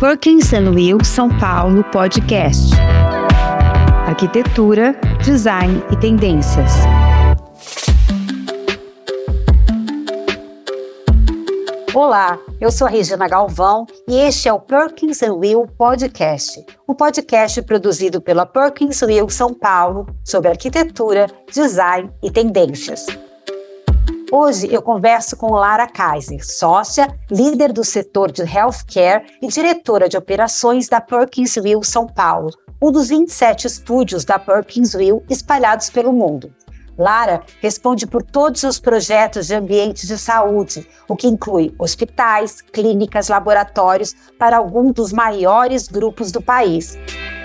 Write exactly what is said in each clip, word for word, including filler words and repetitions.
Perkins and Will São Paulo Podcast. Arquitetura, design e tendências. Olá, eu sou a Regina Galvão e este é o Perkins and Will Podcast, um podcast produzido pela Perkins Will São Paulo sobre arquitetura, design e tendências. Hoje eu converso com Lara Kaiser, sócia, líder do setor de healthcare e diretora de operações da Perkins Will São Paulo, um dos vinte e sete estúdios da Perkins Will espalhados pelo mundo. Lara responde por todos os projetos de ambientes de saúde, o que inclui hospitais, clínicas, laboratórios para alguns dos maiores grupos do país.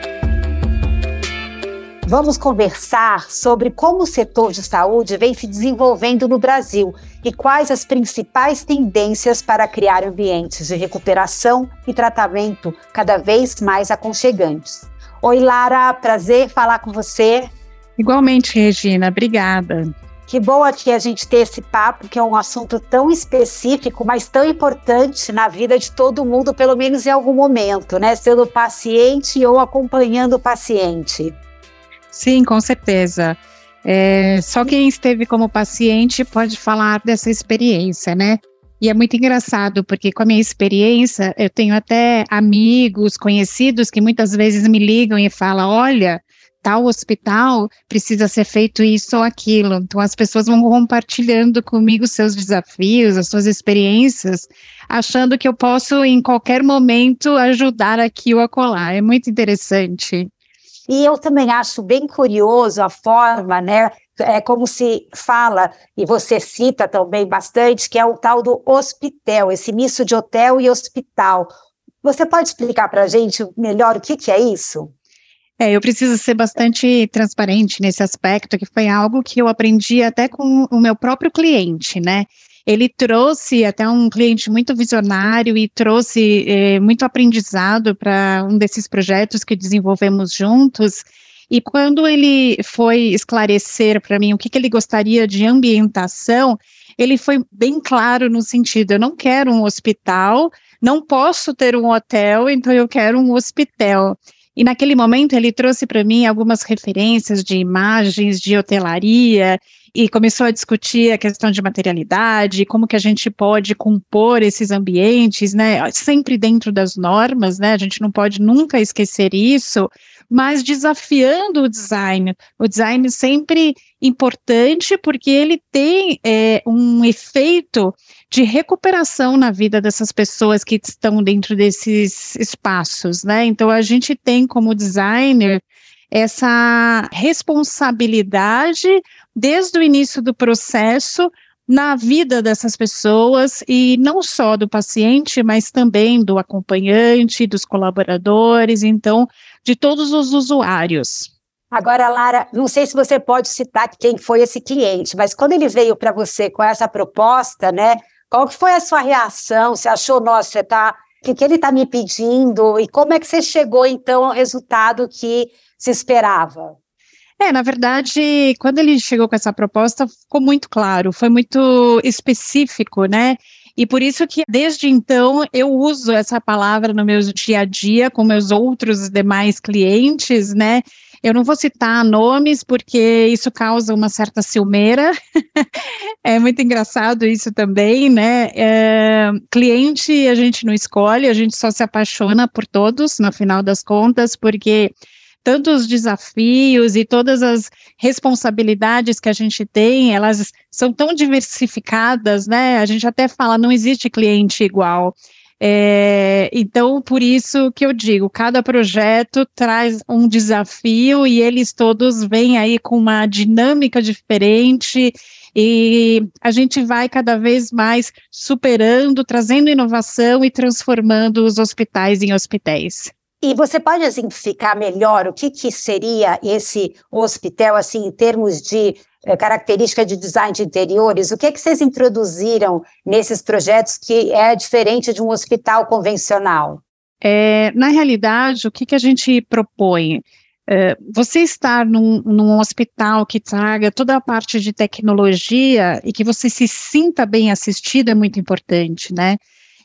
Vamos conversar sobre como o setor de saúde vem se desenvolvendo no Brasil e quais as principais tendências para criar ambientes de recuperação e tratamento cada vez mais aconchegantes. Oi, Lara, prazer falar com você. Igualmente, Regina, obrigada. Que bom aqui a gente ter esse papo, que é um assunto tão específico, mas tão importante na vida de todo mundo, pelo menos em algum momento, né? Sendo paciente ou acompanhando o paciente. Sim, com certeza. É, só quem esteve como paciente pode falar dessa experiência, né? E é muito engraçado, porque com a minha experiência, eu tenho até amigos, conhecidos, que muitas vezes me ligam e falam, olha, tal hospital precisa ser feito isso ou aquilo. Então as pessoas vão compartilhando comigo seus desafios, as suas experiências, achando que eu posso em qualquer momento ajudar aqui ou acolá. É muito interessante. E eu também acho bem curioso a forma, né, é como se fala, e você cita também bastante, que é o tal do hospital, esse misto de hotel e hospital. Você pode explicar para a gente melhor o que, que é isso? É, eu preciso ser bastante transparente nesse aspecto, que foi algo que eu aprendi até com o meu próprio cliente, né? Ele trouxe até um cliente muito visionário e trouxe eh, muito aprendizado para um desses projetos que desenvolvemos juntos. E quando ele foi esclarecer para mim o que, que ele gostaria de ambientação, ele foi bem claro no sentido, eu não quero um hospital, não posso ter um hotel, então eu quero um hospital. E naquele momento ele trouxe para mim algumas referências de imagens de hotelaria e começou a discutir a questão de materialidade, como que a gente pode compor esses ambientes, né, sempre dentro das normas, né, a gente não pode nunca esquecer isso, mas desafiando o design. O design sempre importante porque ele tem é, um efeito de recuperação na vida dessas pessoas que estão dentro desses espaços, né? Então a gente tem como designer essa responsabilidade desde o início do processo na vida dessas pessoas e não só do paciente, mas também do acompanhante, dos colaboradores, então de todos os usuários. Agora, Lara, não sei se você pode citar quem foi esse cliente, mas quando ele veio para você com essa proposta, né, qual que foi a sua reação? Você achou, nossa, você tá, o que, que ele está me pedindo? E como é que você chegou, então, ao resultado que se esperava? É, na verdade, quando ele chegou com essa proposta, ficou muito claro, foi muito específico, né? E por isso que, desde então, eu uso essa palavra no meu dia a dia com meus outros demais clientes, né? Eu não vou citar nomes, porque isso causa uma certa ciumeira. É muito engraçado isso também, né? É, cliente a gente não escolhe, a gente só se apaixona por todos, no final das contas, porque tantos desafios e todas as responsabilidades que a gente tem, elas são tão diversificadas, né? A gente até fala, não existe cliente igual. É, então, por isso que eu digo, cada projeto traz um desafio e eles todos vêm aí com uma dinâmica diferente e a gente vai cada vez mais superando, trazendo inovação e transformando os hospitais em hospitais. E você pode exemplificar melhor o que, que seria esse hospital, assim, em termos de eh, característica de design de interiores? O que, que vocês introduziram nesses projetos que é diferente de um hospital convencional? É, na realidade, o que, que a gente propõe? É, você estar num, num hospital que traga toda a parte de tecnologia e que você se sinta bem assistido é muito importante, né?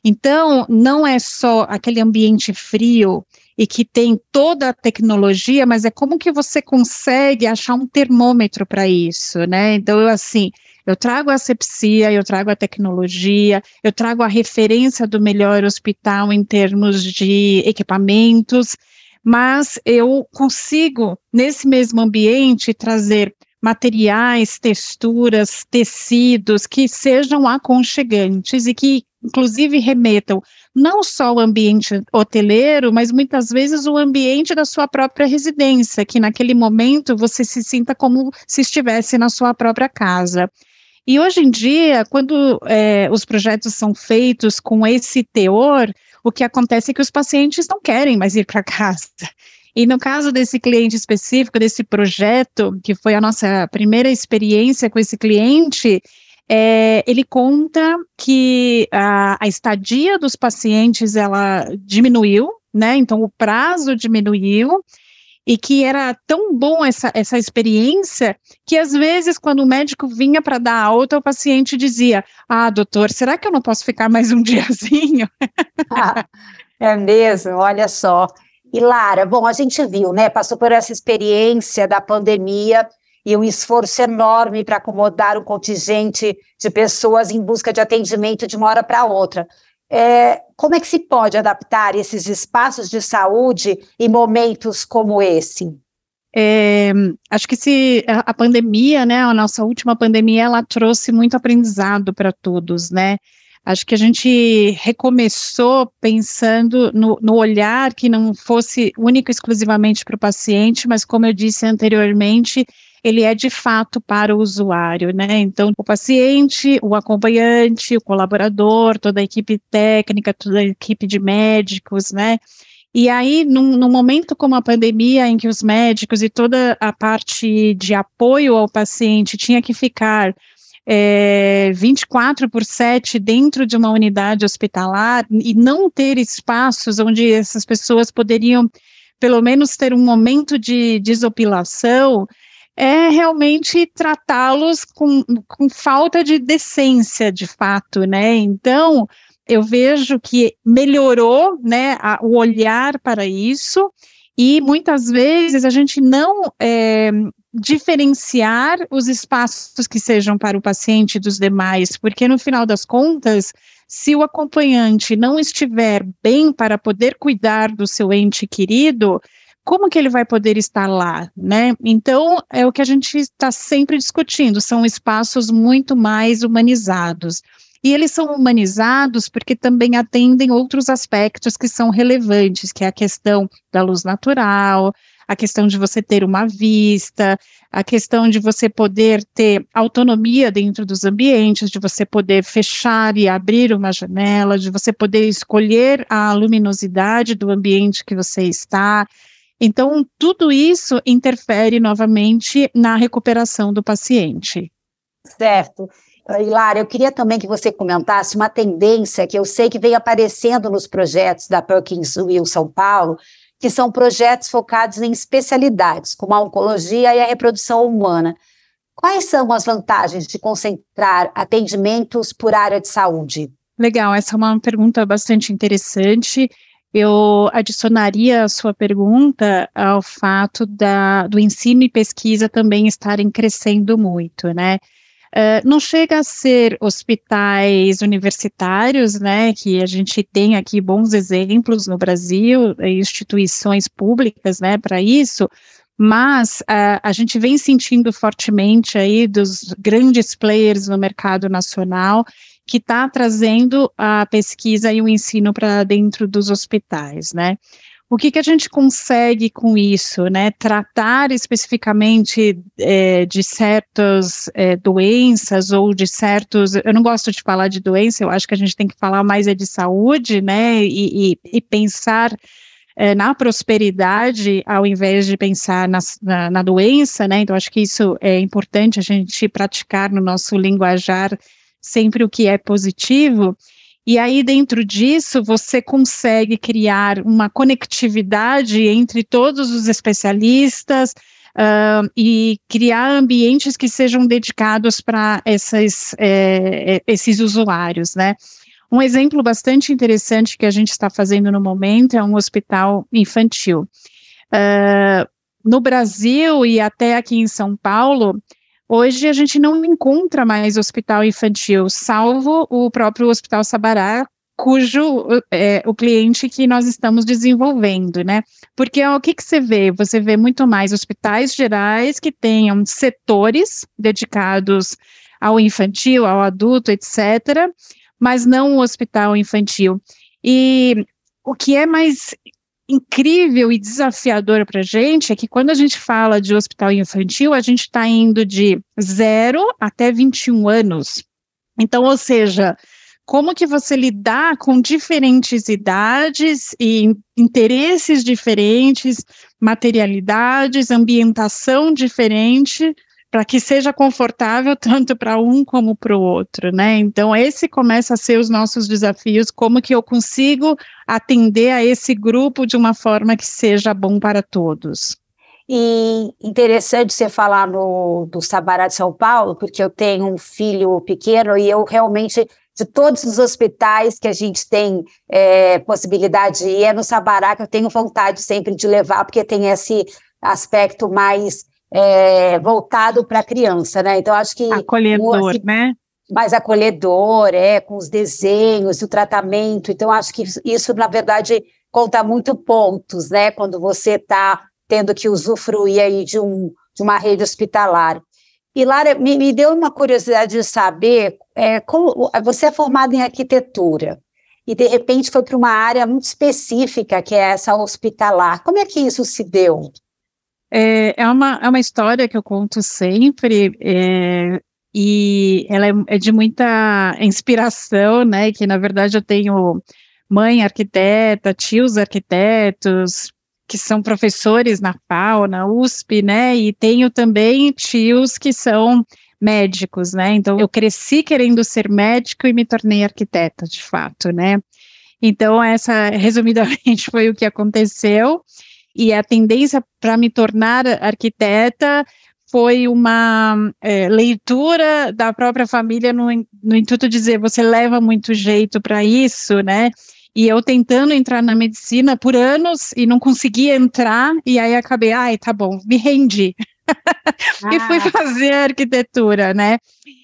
Então, não é só aquele ambiente frio e que tem toda a tecnologia, mas é como que você consegue achar um termômetro para isso, né? Então, eu, assim, eu trago a asepsia, eu trago a tecnologia, eu trago a referência do melhor hospital em termos de equipamentos, mas eu consigo, nesse mesmo ambiente, trazer materiais, texturas, tecidos que sejam aconchegantes e que, inclusive, remetam não só ao ambiente hoteleiro, mas muitas vezes o ambiente da sua própria residência, que naquele momento você se sinta como se estivesse na sua própria casa. E hoje em dia, quando é, os projetos são feitos com esse teor, o que acontece é que os pacientes não querem mais ir para casa. E no caso desse cliente específico, desse projeto, que foi a nossa primeira experiência com esse cliente, é, ele conta que a, a estadia dos pacientes, ela diminuiu, né? Então o prazo diminuiu, e que era tão bom essa, essa experiência, que às vezes quando o médico vinha para dar alta, o paciente dizia, ah, doutor, será que eu não posso ficar mais um diazinho? Ah, é mesmo, olha só. E Lara, bom, a gente viu, né, passou por essa experiência da pandemia e um esforço enorme para acomodar um contingente de pessoas em busca de atendimento de uma hora para outra. É, como é que se pode adaptar esses espaços de saúde em momentos como esse? É, acho que se a, a pandemia, né, a nossa última pandemia, ela trouxe muito aprendizado para todos, né? Acho que a gente recomeçou pensando no, no olhar que não fosse único e exclusivamente para o paciente, mas como eu disse anteriormente, ele é de fato para o usuário, né? Então, o paciente, o acompanhante, o colaborador, toda a equipe técnica, toda a equipe de médicos, né? E aí, num, num momento como a pandemia, em que os médicos e toda a parte de apoio ao paciente tinha que ficar É, vinte e quatro por sete dentro de uma unidade hospitalar e não ter espaços onde essas pessoas poderiam, pelo menos, ter um momento de desopilação, é realmente tratá-los com, com falta de decência, de fato, né? Então, eu vejo que melhorou, né, a, o olhar para isso, e muitas vezes a gente não é, diferenciar os espaços que sejam para o paciente dos demais, porque no final das contas, se o acompanhante não estiver bem para poder cuidar do seu ente querido, como que ele vai poder estar lá, né? Então, é o que a gente está sempre discutindo, são espaços muito mais humanizados. E eles são humanizados porque também atendem outros aspectos que são relevantes, que é a questão da luz natural, a questão de você ter uma vista, a questão de você poder ter autonomia dentro dos ambientes, de você poder fechar e abrir uma janela, de você poder escolher a luminosidade do ambiente que você está. Então, tudo isso interfere novamente na recuperação do paciente. Certo. E, Lara, eu queria também que você comentasse uma tendência que eu sei que vem aparecendo nos projetos da Perkins Will São Paulo, que são projetos focados em especialidades, como a oncologia e a reprodução humana. Quais são as vantagens de concentrar atendimentos por área de saúde? Legal, essa é uma pergunta bastante interessante. Eu adicionaria a sua pergunta ao fato da, do ensino e pesquisa também estarem crescendo muito, né? Uh, não chega a ser hospitais universitários, né, que a gente tem aqui bons exemplos no Brasil, instituições públicas, né, para isso, mas uh, a gente vem sentindo fortemente aí dos grandes players no mercado nacional que está trazendo a pesquisa e o ensino para dentro dos hospitais, né. O que, que a gente consegue com isso, né? Tratar especificamente é, de certas é, doenças ou de certos... Eu não gosto de falar de doença, eu acho que a gente tem que falar mais é de saúde, né? E, e, e pensar é, na prosperidade ao invés de pensar na, na, na doença, né? Então, acho que isso é importante a gente praticar no nosso linguajar sempre o que é positivo. E aí, dentro disso, você consegue criar uma conectividade entre todos os especialistas uh, e criar ambientes que sejam dedicados para esses, é, esses usuários, né? Um exemplo bastante interessante que a gente está fazendo no momento é um hospital infantil. Uh, no Brasil e até aqui em São Paulo, hoje a gente não encontra mais hospital infantil, salvo o próprio Hospital Sabará, cujo é o cliente que nós estamos desenvolvendo, né? Porque ó, o que que você vê? Você vê muito mais hospitais gerais que tenham setores dedicados ao infantil, ao adulto, etcétera, mas não o hospital infantil. E o que é mais incrível e desafiador para a gente é que quando a gente fala de hospital infantil, a gente está indo de zero até vinte e um anos. Então, ou seja, como que você lidar com diferentes idades e interesses diferentes, materialidades, ambientação diferente, para que seja confortável tanto para um como para o outro, né? Então, esse começa a ser os nossos desafios, como que eu consigo atender a esse grupo de uma forma que seja bom para todos. E interessante você falar no, do Sabará de São Paulo, porque eu tenho um filho pequeno e eu realmente, de todos os hospitais que a gente tem é, possibilidade de ir, é no Sabará que eu tenho vontade sempre de levar, porque tem esse aspecto mais é, voltado para a criança, né? Então, acho que... Acolhedor, assim, né? Mais acolhedor, é, com os desenhos e o tratamento. Então, acho que isso, na verdade, conta muito pontos, né? Quando você está tendo que usufruir aí de, um, de uma rede hospitalar. E, Lara, me, me deu uma curiosidade de saber, é, como, você é formada em arquitetura e, de repente, foi para uma área muito específica, que é essa hospitalar. Como é que isso se deu? É, é, uma, é uma história que eu conto sempre, é, e ela é, é de muita inspiração, né, que, na verdade, eu tenho mãe arquiteta, tios arquitetos, que são professores na F A U, na U S P, né, e tenho também tios que são médicos, né, então eu cresci querendo ser médico e me tornei arquiteta, de fato, né, então essa, resumidamente, foi o que aconteceu, e a tendência para me tornar arquiteta foi uma é, leitura da própria família no, no intuito de dizer, você leva muito jeito para isso, né, e eu tentando entrar na medicina por anos e não conseguia entrar, e aí acabei, ai, tá bom, me rendi. Ah. E fui fazer arquitetura, né?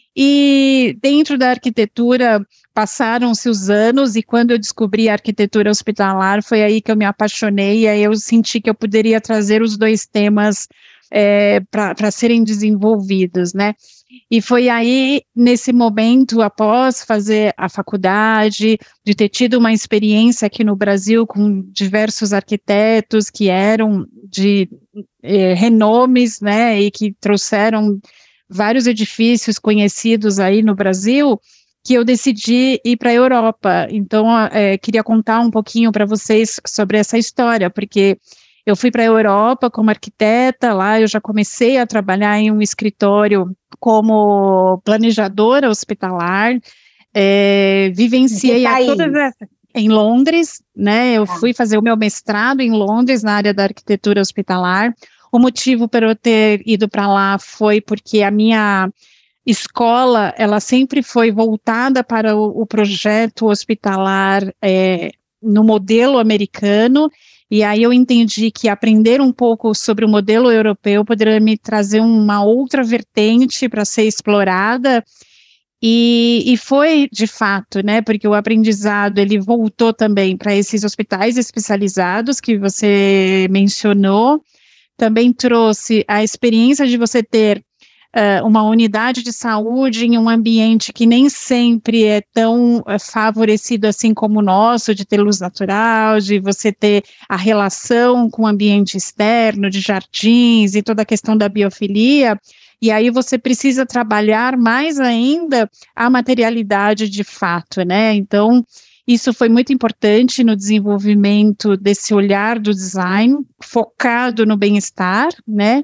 E dentro da arquitetura passaram-se os anos, e quando eu descobri a arquitetura hospitalar, foi aí que eu me apaixonei, e aí eu senti que eu poderia trazer os dois temas é, para serem desenvolvidos, né? E foi aí, nesse momento, após fazer a faculdade, de ter tido uma experiência aqui no Brasil com diversos arquitetos que eram de eh, renomes, né, e que trouxeram vários edifícios conhecidos aí no Brasil, que eu decidi ir para a Europa. Então, eh, queria contar um pouquinho para vocês sobre essa história, porque eu fui para a Europa como arquiteta, lá eu já comecei a trabalhar em um escritório como planejadora hospitalar, é, vivenciei a todas essas, em Londres, né, eu fui fazer o meu mestrado em Londres, na área da arquitetura hospitalar. O motivo para eu ter ido para lá foi porque a minha escola, ela sempre foi voltada para o, o projeto hospitalar é, no modelo americano, e aí eu entendi que aprender um pouco sobre o modelo europeu poderia me trazer uma outra vertente para ser explorada, e, e foi de fato, né, porque o aprendizado, ele voltou também para esses hospitais especializados que você mencionou, também trouxe a experiência de você ter Uh, uma unidade de saúde em um ambiente que nem sempre é tão uh, favorecido assim como o nosso, de ter luz natural, de você ter a relação com o ambiente externo, de jardins e toda a questão da biofilia, e aí você precisa trabalhar mais ainda a materialidade de fato, né? Então, isso foi muito importante no desenvolvimento desse olhar do design, focado no bem-estar, né?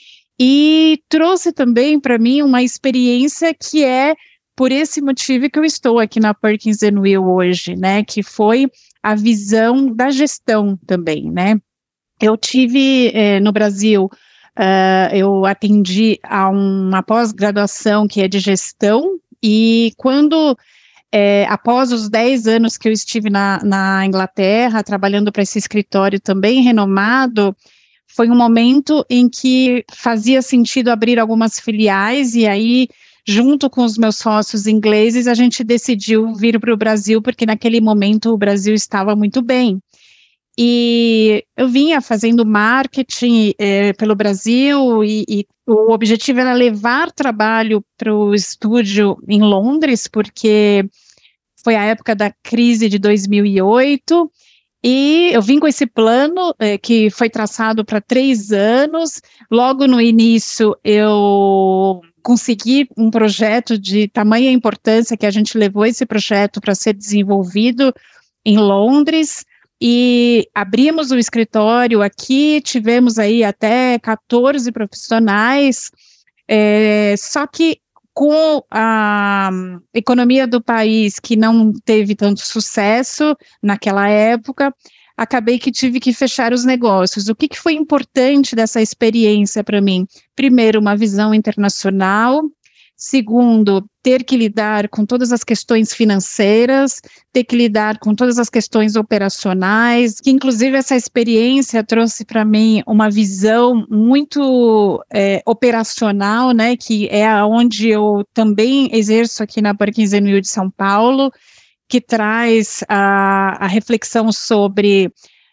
E trouxe também para mim uma experiência que é por esse motivo que eu estou aqui na Perkins and Will hoje, né, que foi a visão da gestão também, né. Eu tive eh, no Brasil, uh, eu atendi a uma pós-graduação que é de gestão, e quando é, após os dez anos que eu estive na, na Inglaterra, trabalhando para esse escritório também renomado, foi um momento em que fazia sentido abrir algumas filiais, e aí, junto com os meus sócios ingleses, a gente decidiu vir para o Brasil, porque naquele momento o Brasil estava muito bem. E eu vinha fazendo marketing é, pelo Brasil, e, e o objetivo era levar trabalho para o estúdio em Londres, porque foi a época da crise de dois mil e oito, e eu vim com esse plano é, que foi traçado para três anos. Logo no início eu consegui um projeto de tamanha importância que a gente levou esse projeto para ser desenvolvido em Londres, e abrimos o escritório aqui, tivemos aí até quatorze profissionais, é, só que com a economia do país que não teve tanto sucesso naquela época, acabei que tive que fechar os negócios. O que, que foi importante dessa experiência para mim? Primeiro, uma visão internacional. Segundo, ter que lidar com todas as questões financeiras, ter que lidar com todas as questões operacionais, que inclusive essa experiência trouxe para mim uma visão muito é, operacional, né, que é onde eu também exerço aqui na Perkins and Will de São Paulo, que traz a, a reflexão sobre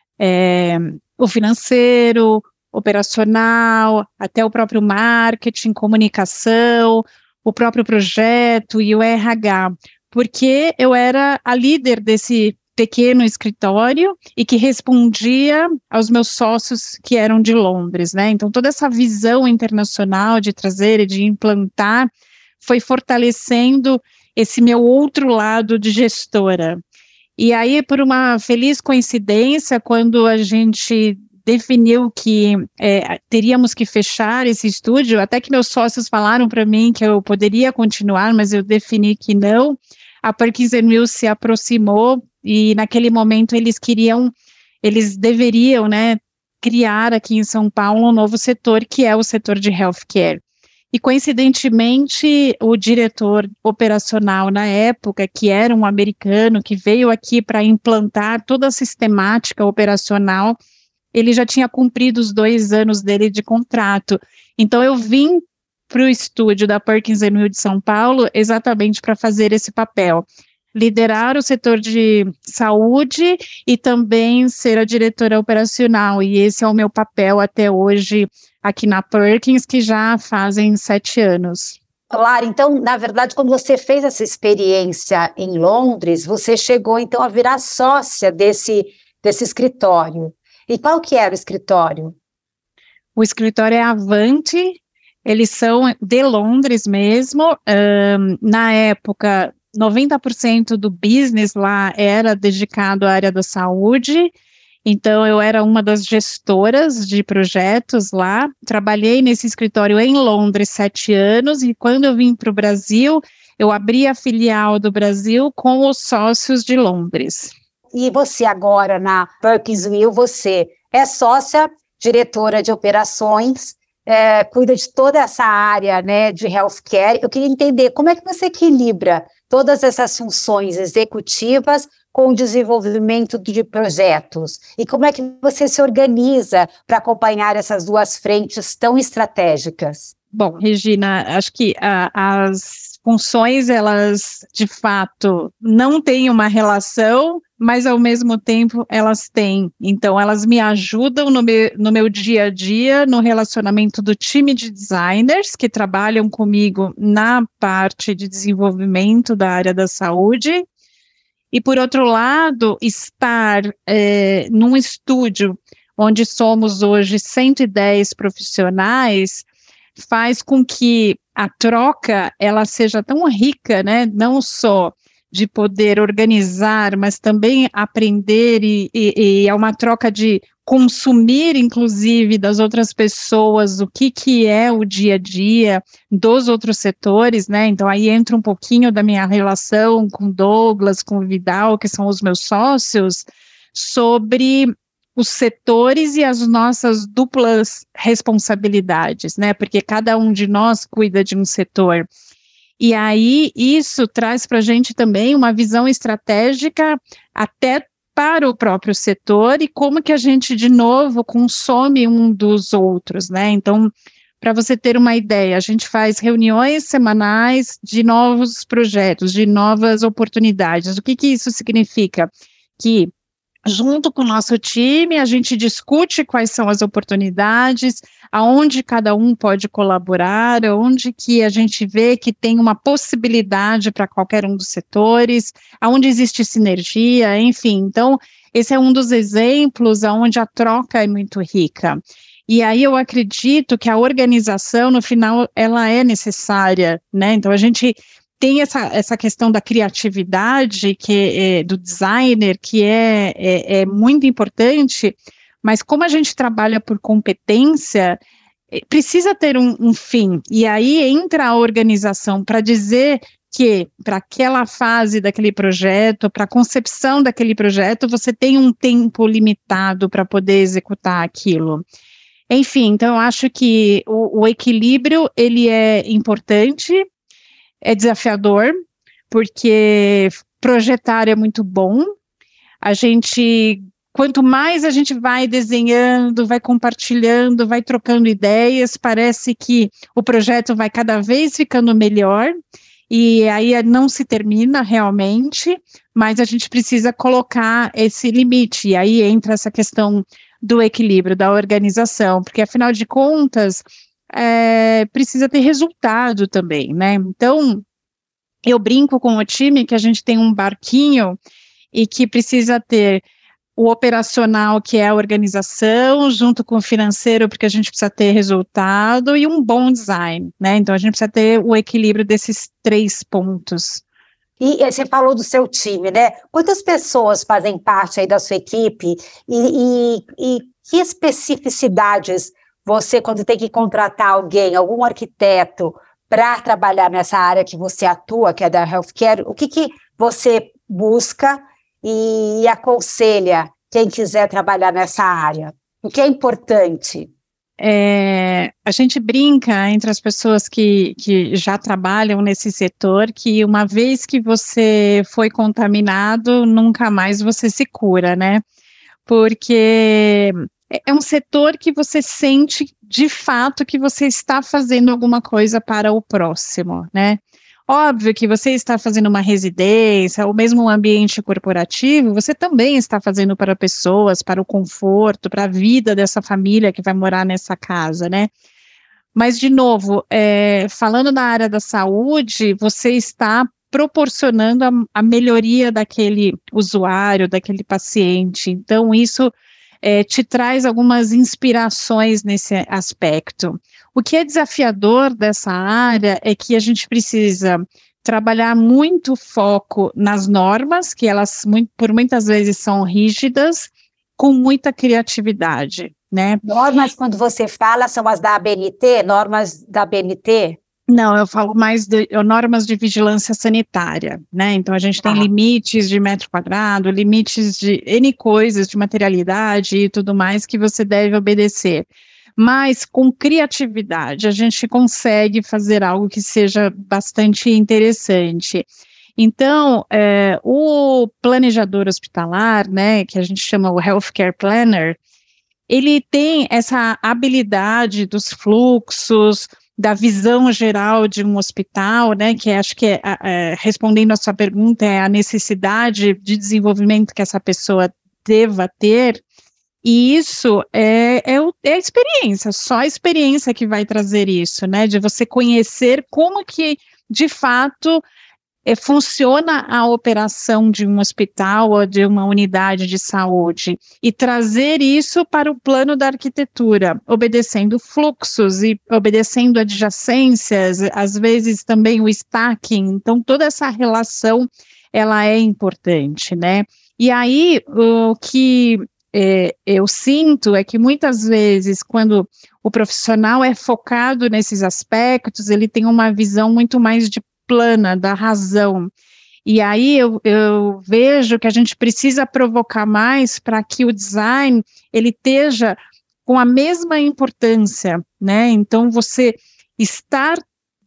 é, o financeiro, operacional, até o próprio marketing, comunicação, o próprio projeto e o R H, porque eu era a líder desse pequeno escritório e que respondia aos meus sócios que eram de Londres, né? Então, toda essa visão internacional de trazer e de implantar foi fortalecendo esse meu outro lado de gestora. E aí, por uma feliz coincidência, quando a gente definiu que é, teríamos que fechar esse estúdio, até que meus sócios falaram para mim que eu poderia continuar, mas eu defini que não, a Perkins and Will se aproximou, e naquele momento eles queriam, eles deveriam, né, criar aqui em São Paulo um novo setor, que é o setor de healthcare. E coincidentemente, o diretor operacional na época, que era um americano, que veio aqui para implantar toda a sistemática operacional, ele já tinha cumprido os dois anos dele de contrato. Então, eu vim para o estúdio da Perkins and Will de São Paulo exatamente para fazer esse papel. Liderar o setor de saúde e também ser a diretora operacional. E esse é o meu papel até hoje aqui na Perkins, que já fazem sete anos. Lara, então, na verdade, quando você fez essa experiência em Londres, você chegou, então, a virar sócia desse, desse escritório. E qual que era o escritório? O escritório é Avante, eles são de Londres mesmo. Um, na época, noventa por cento do business lá era dedicado à área da saúde, então eu era uma das gestoras de projetos lá. Trabalhei nesse escritório em Londres sete anos, e quando eu vim para o Brasil, eu abri a filial do Brasil com os sócios de Londres. E você agora na Perkins Will, você é sócia, diretora de operações, é, cuida de toda essa área, né, de healthcare. Eu queria entender como é que você equilibra todas essas funções executivas com o desenvolvimento de projetos, e como é que você se organiza para acompanhar essas duas frentes tão estratégicas? Bom, Regina, acho que uh, as funções, elas, de fato, não têm uma relação, mas, ao mesmo tempo, elas têm. Então, elas me ajudam no meu, no meu dia a dia, no relacionamento do time de designers que trabalham comigo na parte de desenvolvimento da área da saúde. E, por outro lado, estar é, num estúdio onde somos hoje cento e dez profissionais faz com que a troca ela seja tão rica, né? Não só de poder organizar, mas também aprender, e, e, e é uma troca de consumir, inclusive, das outras pessoas, o que, que é o dia a dia dos outros setores, né? Então, aí entra um pouquinho da minha relação com Douglas, com o Vidal, que são os meus sócios, sobre os setores e as nossas duplas responsabilidades, né? Porque cada um de nós cuida de um setor. E aí isso traz para a gente também uma visão estratégica até para o próprio setor e como que a gente, de novo, consome um dos outros, né? Então, para você ter uma ideia, a gente faz reuniões semanais de novos projetos, de novas oportunidades. O que que isso significa? Que, junto com o nosso time, a gente discute quais são as oportunidades, aonde cada um pode colaborar, onde que a gente vê que tem uma possibilidade para qualquer um dos setores, aonde existe sinergia, enfim. Então, esse é um dos exemplos onde a troca é muito rica. E aí eu acredito que a organização, no final, ela é necessária, né? Então, a gente tem essa, essa questão da criatividade, que é, do designer, que é, é, é muito importante, mas como a gente trabalha por competência, precisa ter um, um fim. E aí entra a organização para dizer que, para aquela fase daquele projeto, para a concepção daquele projeto, você tem um tempo limitado para poder executar aquilo. Enfim, então eu acho que o, o equilíbrio, ele é importante, é desafiador, porque projetar é muito bom. A gente, quanto mais a gente vai desenhando, vai compartilhando, vai trocando ideias, parece que o projeto vai cada vez ficando melhor, e aí não se termina realmente, mas a gente precisa colocar esse limite, e aí entra essa questão do equilíbrio, da organização, porque afinal de contas, é, precisa ter resultado também, né? Então, eu brinco com o time que a gente tem um barquinho e que precisa ter o operacional, que é a organização, junto com o financeiro, porque a gente precisa ter resultado, e um bom design, né? Então, a gente precisa ter o equilíbrio desses três pontos. E você falou do seu time, né? Quantas pessoas fazem parte aí da sua equipe e, e, e que especificidades você, quando tem que contratar alguém, algum arquiteto, para trabalhar nessa área que você atua, que é da healthcare, o que, que você busca e aconselha quem quiser trabalhar nessa área? O que é importante? É, a gente brinca entre as pessoas que, que já trabalham nesse setor que uma vez que você foi contaminado, nunca mais você se cura, né? Porque é um setor que você sente de fato que você está fazendo alguma coisa para o próximo, né? Óbvio que você está fazendo uma residência, ou mesmo um ambiente corporativo, você também está fazendo para pessoas, para o conforto, para a vida dessa família que vai morar nessa casa, né? Mas, de novo, é, falando na área da saúde, você está proporcionando a, a melhoria daquele usuário, daquele paciente. Então, isso é, te traz algumas inspirações nesse aspecto. O que é desafiador dessa área é que a gente precisa trabalhar muito foco nas normas, que elas muito, por muitas vezes são rígidas, com muita criatividade, né? Normas, quando você fala, são as da A B N T, normas da A B N T? Não, eu falo mais de normas de vigilância sanitária, né? Então, a gente tem ah. limites de metro quadrado, limites de N coisas, de materialidade e tudo mais que você deve obedecer. Mas com criatividade a gente consegue fazer algo que seja bastante interessante. Então, é, o planejador hospitalar, né, que a gente chama o Healthcare Planner, ele tem essa habilidade dos fluxos, da visão geral de um hospital, né, que acho que, é, é, respondendo a sua pergunta, é a necessidade de desenvolvimento que essa pessoa deva ter. E isso é, é, é a experiência, só a experiência que vai trazer isso, né, de você conhecer como que, de fato, é, funciona a operação de um hospital ou de uma unidade de saúde e trazer isso para o plano da arquitetura, obedecendo fluxos e obedecendo adjacências, às vezes também o stacking. Então, toda essa relação, ela é importante, né, e aí, o que É, eu sinto é que muitas vezes quando o profissional é focado nesses aspectos, ele tem uma visão muito mais de plana, da razão, e aí eu, eu vejo que a gente precisa provocar mais para que o design, ele esteja com a mesma importância, né, então você estar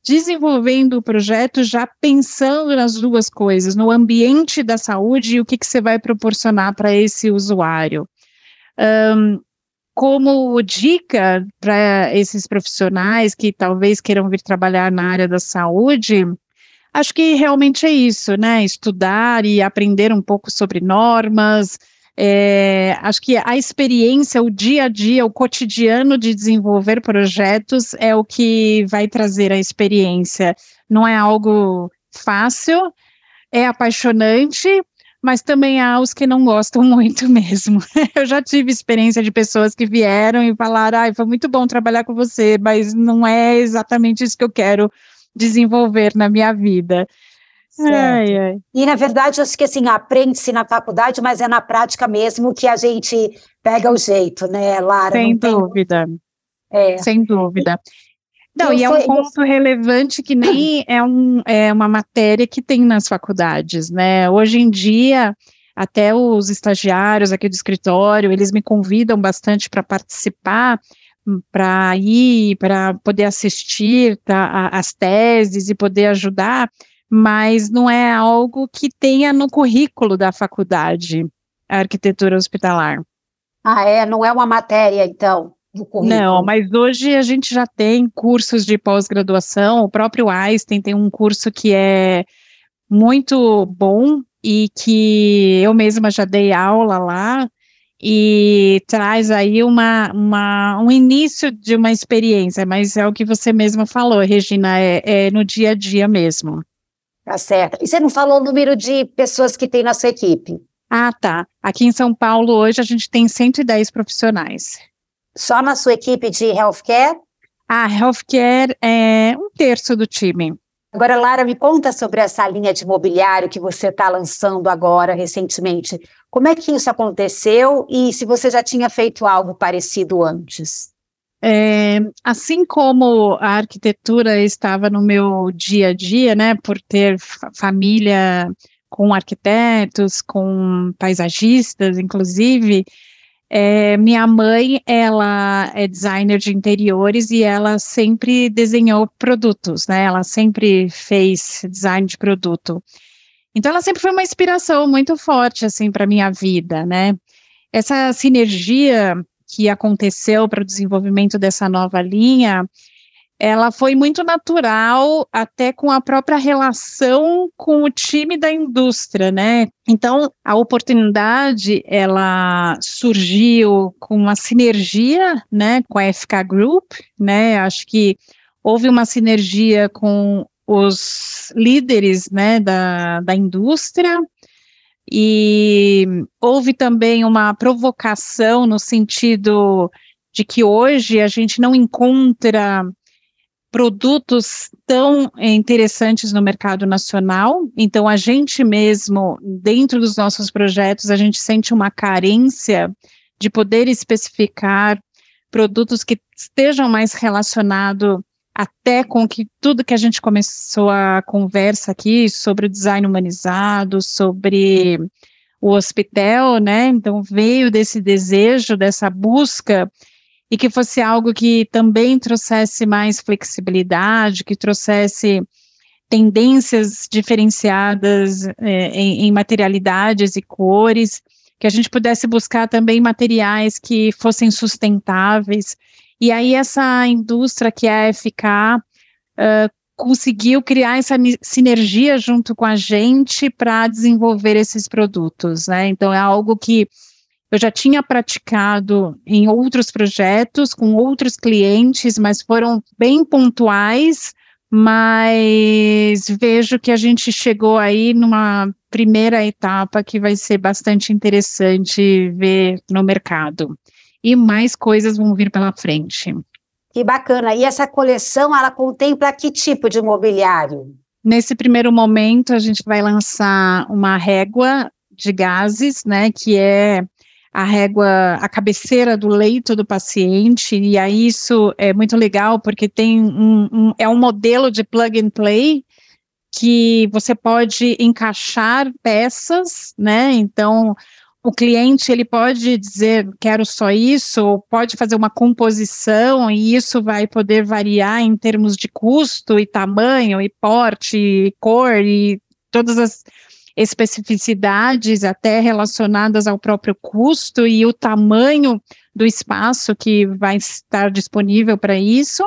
desenvolvendo o projeto já pensando nas duas coisas, no ambiente da saúde e o que, que você vai proporcionar para esse usuário. Um, como dica para esses profissionais que talvez queiram vir trabalhar na área da saúde, acho que realmente é isso, né? Estudar e aprender um pouco sobre normas. É, acho que a experiência, o dia a dia, o cotidiano de desenvolver projetos é o que vai trazer a experiência. Não é algo fácil, é apaixonante, mas também há os que não gostam muito mesmo. Eu já tive experiência de pessoas que vieram e falaram, ah, foi muito bom trabalhar com você, mas não é exatamente isso que eu quero desenvolver na minha vida. Certo. Ai, ai. E, na verdade, eu acho que assim, aprende-se na faculdade, mas é na prática mesmo que a gente pega o jeito, né, Lara? Sem Não tem... dúvida, é. sem dúvida. Não, Eu e é foi, um ponto eu... relevante que nem é, um, é uma matéria que tem nas faculdades, né? Hoje em dia, até os estagiários aqui do escritório, eles me convidam bastante para participar, para ir, para poder assistir tá, as teses e poder ajudar, mas não é algo que tenha no currículo da faculdade, a arquitetura hospitalar. Ah, é? Não é uma matéria, então, do currículo? Não, mas hoje a gente já tem cursos de pós-graduação, o próprio Einstein tem um curso que é muito bom e que eu mesma já dei aula lá, e traz aí uma, uma, um início de uma experiência, mas é o que você mesma falou, Regina, é, é no dia a dia mesmo. Tá certo. E você não falou o número de pessoas que tem na sua equipe? Ah, tá. Aqui em São Paulo, hoje, a gente tem cento e dez profissionais. Só na sua equipe de healthcare? Ah, healthcare é um terço do time. Agora, Lara, me conta sobre essa linha de mobiliário que você está lançando agora, recentemente. Como é que isso aconteceu e se você já tinha feito algo parecido antes? É, assim como a arquitetura estava no meu dia a dia, né, por ter família com arquitetos, com paisagistas, inclusive, é, minha mãe, ela é designer de interiores e ela sempre desenhou produtos, né, ela sempre fez design de produto. Então, ela sempre foi uma inspiração muito forte, assim, para a minha vida, né. Essa sinergia que aconteceu para o desenvolvimento dessa nova linha, ela foi muito natural, até com a própria relação com o time da indústria, né? Então, a oportunidade, ela surgiu com uma sinergia, né, com a F K Group, né? Acho que houve uma sinergia com os líderes, né, da, da indústria, e houve também uma provocação no sentido de que hoje a gente não encontra produtos tão interessantes no mercado nacional, então a gente mesmo, dentro dos nossos projetos, a gente sente uma carência de poder especificar produtos que estejam mais relacionados até com que tudo que a gente começou a conversa aqui sobre o design humanizado, sobre o hospital, né? Então veio desse desejo, dessa busca, e que fosse algo que também trouxesse mais flexibilidade, que trouxesse tendências diferenciadas é, em, em materialidades e cores, que a gente pudesse buscar também materiais que fossem sustentáveis. E aí essa indústria que é a F K uh, conseguiu criar essa sinergia junto com a gente para desenvolver esses produtos, né? Então é algo que eu já tinha praticado em outros projetos, com outros clientes, mas foram bem pontuais, mas vejo que a gente chegou aí numa primeira etapa que vai ser bastante interessante ver no mercado. E mais coisas vão vir pela frente. Que bacana. E essa coleção, ela contempla que tipo de mobiliário? Nesse primeiro momento, a gente vai lançar uma régua de gases, né, que é a régua, a cabeceira do leito do paciente, e aí isso é muito legal, porque tem um, um, é um modelo de plug and play, que você pode encaixar peças, né, então o cliente ele pode dizer, quero só isso, ou pode fazer uma composição, e isso vai poder variar em termos de custo e tamanho, e porte, e cor, e todas as especificidades até relacionadas ao próprio custo e o tamanho do espaço que vai estar disponível para isso.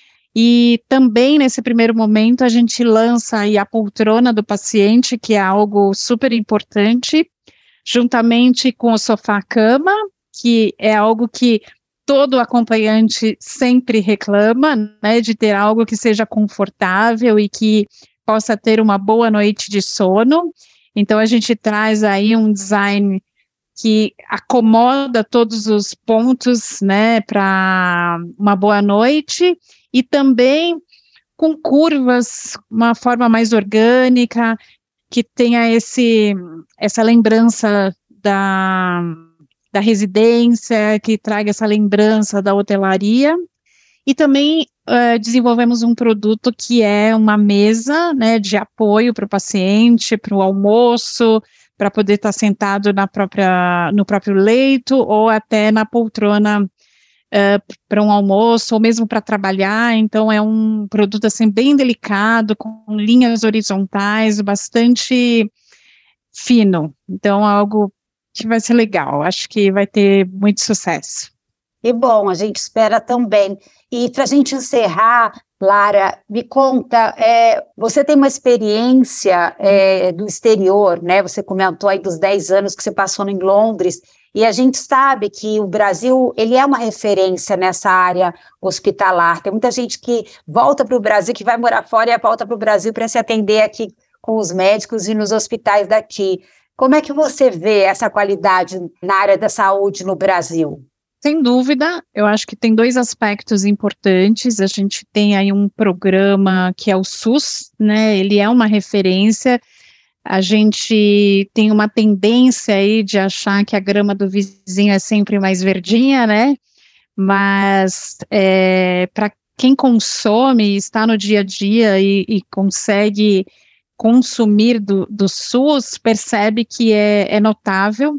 E também, nesse primeiro momento, a gente lança aí a poltrona do paciente, que é algo super importante, juntamente com o sofá-cama, que é algo que todo acompanhante sempre reclama, né, de ter algo que seja confortável e que possa ter uma boa noite de sono. Então, a gente traz aí um design que acomoda todos os pontos, né, para uma boa noite, e também com curvas, uma forma mais orgânica, que tenha esse, essa lembrança da, da residência, que traga essa lembrança da hotelaria. E também uh, desenvolvemos um produto que é uma mesa, né, de apoio para o paciente, para o almoço, para poder estar sentado na própria, no próprio leito, ou até na poltrona uh, para um almoço, ou mesmo para trabalhar. Então é um produto assim, bem delicado, com linhas horizontais, bastante fino. Então é algo que vai ser legal, acho que vai ter muito sucesso. E bom, a gente espera também. E para a gente encerrar, Lara, me conta, é, você tem uma experiência é, do exterior, né? Você comentou aí dos dez anos que você passou em Londres, e a gente sabe que o Brasil, ele é uma referência nessa área hospitalar. Tem muita gente que volta para o Brasil, que vai morar fora e volta para o Brasil para se atender aqui com os médicos e nos hospitais daqui. Como é que você vê essa qualidade na área da saúde no Brasil? Sem dúvida, eu acho que tem dois aspectos importantes. A gente tem aí um programa que é o SUS, né? Ele é uma referência. A gente tem uma tendência aí de achar que a grama do vizinho é sempre mais verdinha, né? Mas é, para quem consome, está no dia a dia e, e consegue consumir do, do SUS, percebe que é, é notável.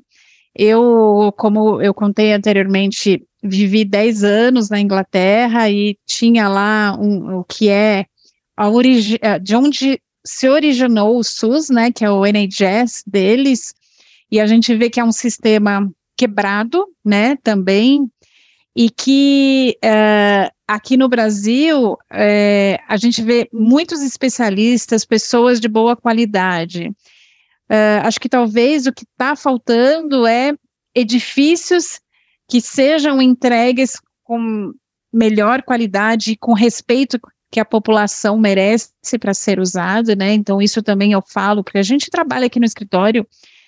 Eu, como eu contei anteriormente, vivi dez anos na Inglaterra e tinha lá um, o que é a origi- de onde se originou o SUS, né, que é o N H S deles, e a gente vê que é um sistema quebrado, né, também, e que uh, aqui no Brasil uh, a gente vê muitos especialistas, pessoas de boa qualidade. Uh, acho que talvez o que está faltando é edifícios que sejam entregues com melhor qualidade, com respeito que a população merece para ser usado, né? Então isso também eu falo, porque a gente trabalha aqui no escritório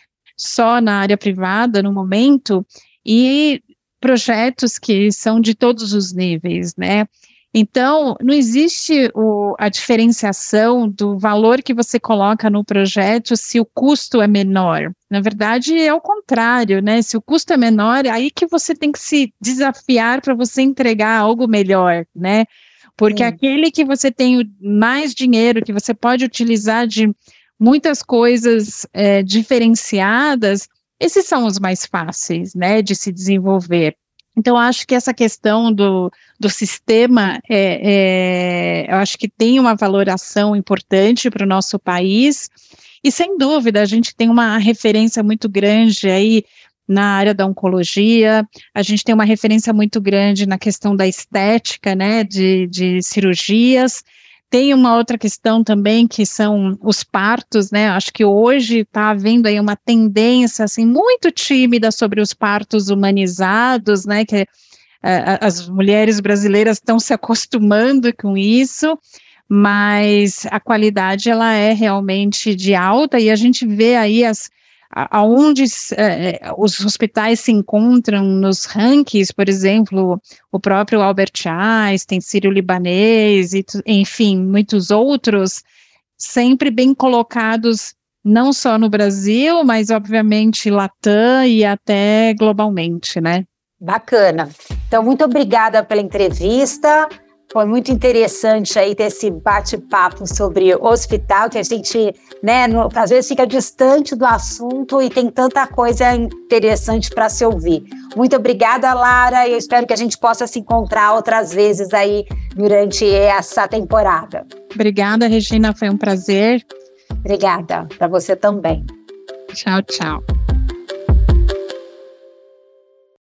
só na área privada no momento, e projetos que são de todos os níveis, né? Então, não existe o, a diferenciação do valor que você coloca no projeto se o custo é menor. Na verdade, é o contrário, né? Se o custo é menor, é aí que você tem que se desafiar para você entregar algo melhor, né? Porque hum. aquele que você tem mais dinheiro, que você pode utilizar de muitas coisas é, diferenciadas, esses são os mais fáceis, né, de se desenvolver. Então, acho que essa questão do, do sistema, é, é, eu acho que tem uma valoração importante para o nosso país, e sem dúvida a gente tem uma referência muito grande aí na área da oncologia, a gente tem uma referência muito grande na questão da estética, né, de, de cirurgias. Tem uma outra questão também, que são os partos, né, acho que hoje está havendo aí uma tendência, assim, muito tímida sobre os partos humanizados, né, que uh, as mulheres brasileiras estão se acostumando com isso, mas a qualidade, ela é realmente de alta, e a gente vê aí as aonde eh, os hospitais se encontram nos rankings, por exemplo, o próprio Albert Einstein, Sírio-Libanês, e, enfim, muitos outros, sempre bem colocados, não só no Brasil, mas, obviamente, Latam e até globalmente, né? Bacana. Então, muito obrigada pela entrevista. Foi muito interessante aí ter esse bate-papo sobre hospital, que a gente, né, no, às vezes fica distante do assunto e tem tanta coisa interessante para se ouvir. Muito obrigada, Lara, e eu espero que a gente possa se encontrar outras vezes aí durante essa temporada. Obrigada, Regina, foi um prazer. Obrigada, para você também. Tchau, tchau.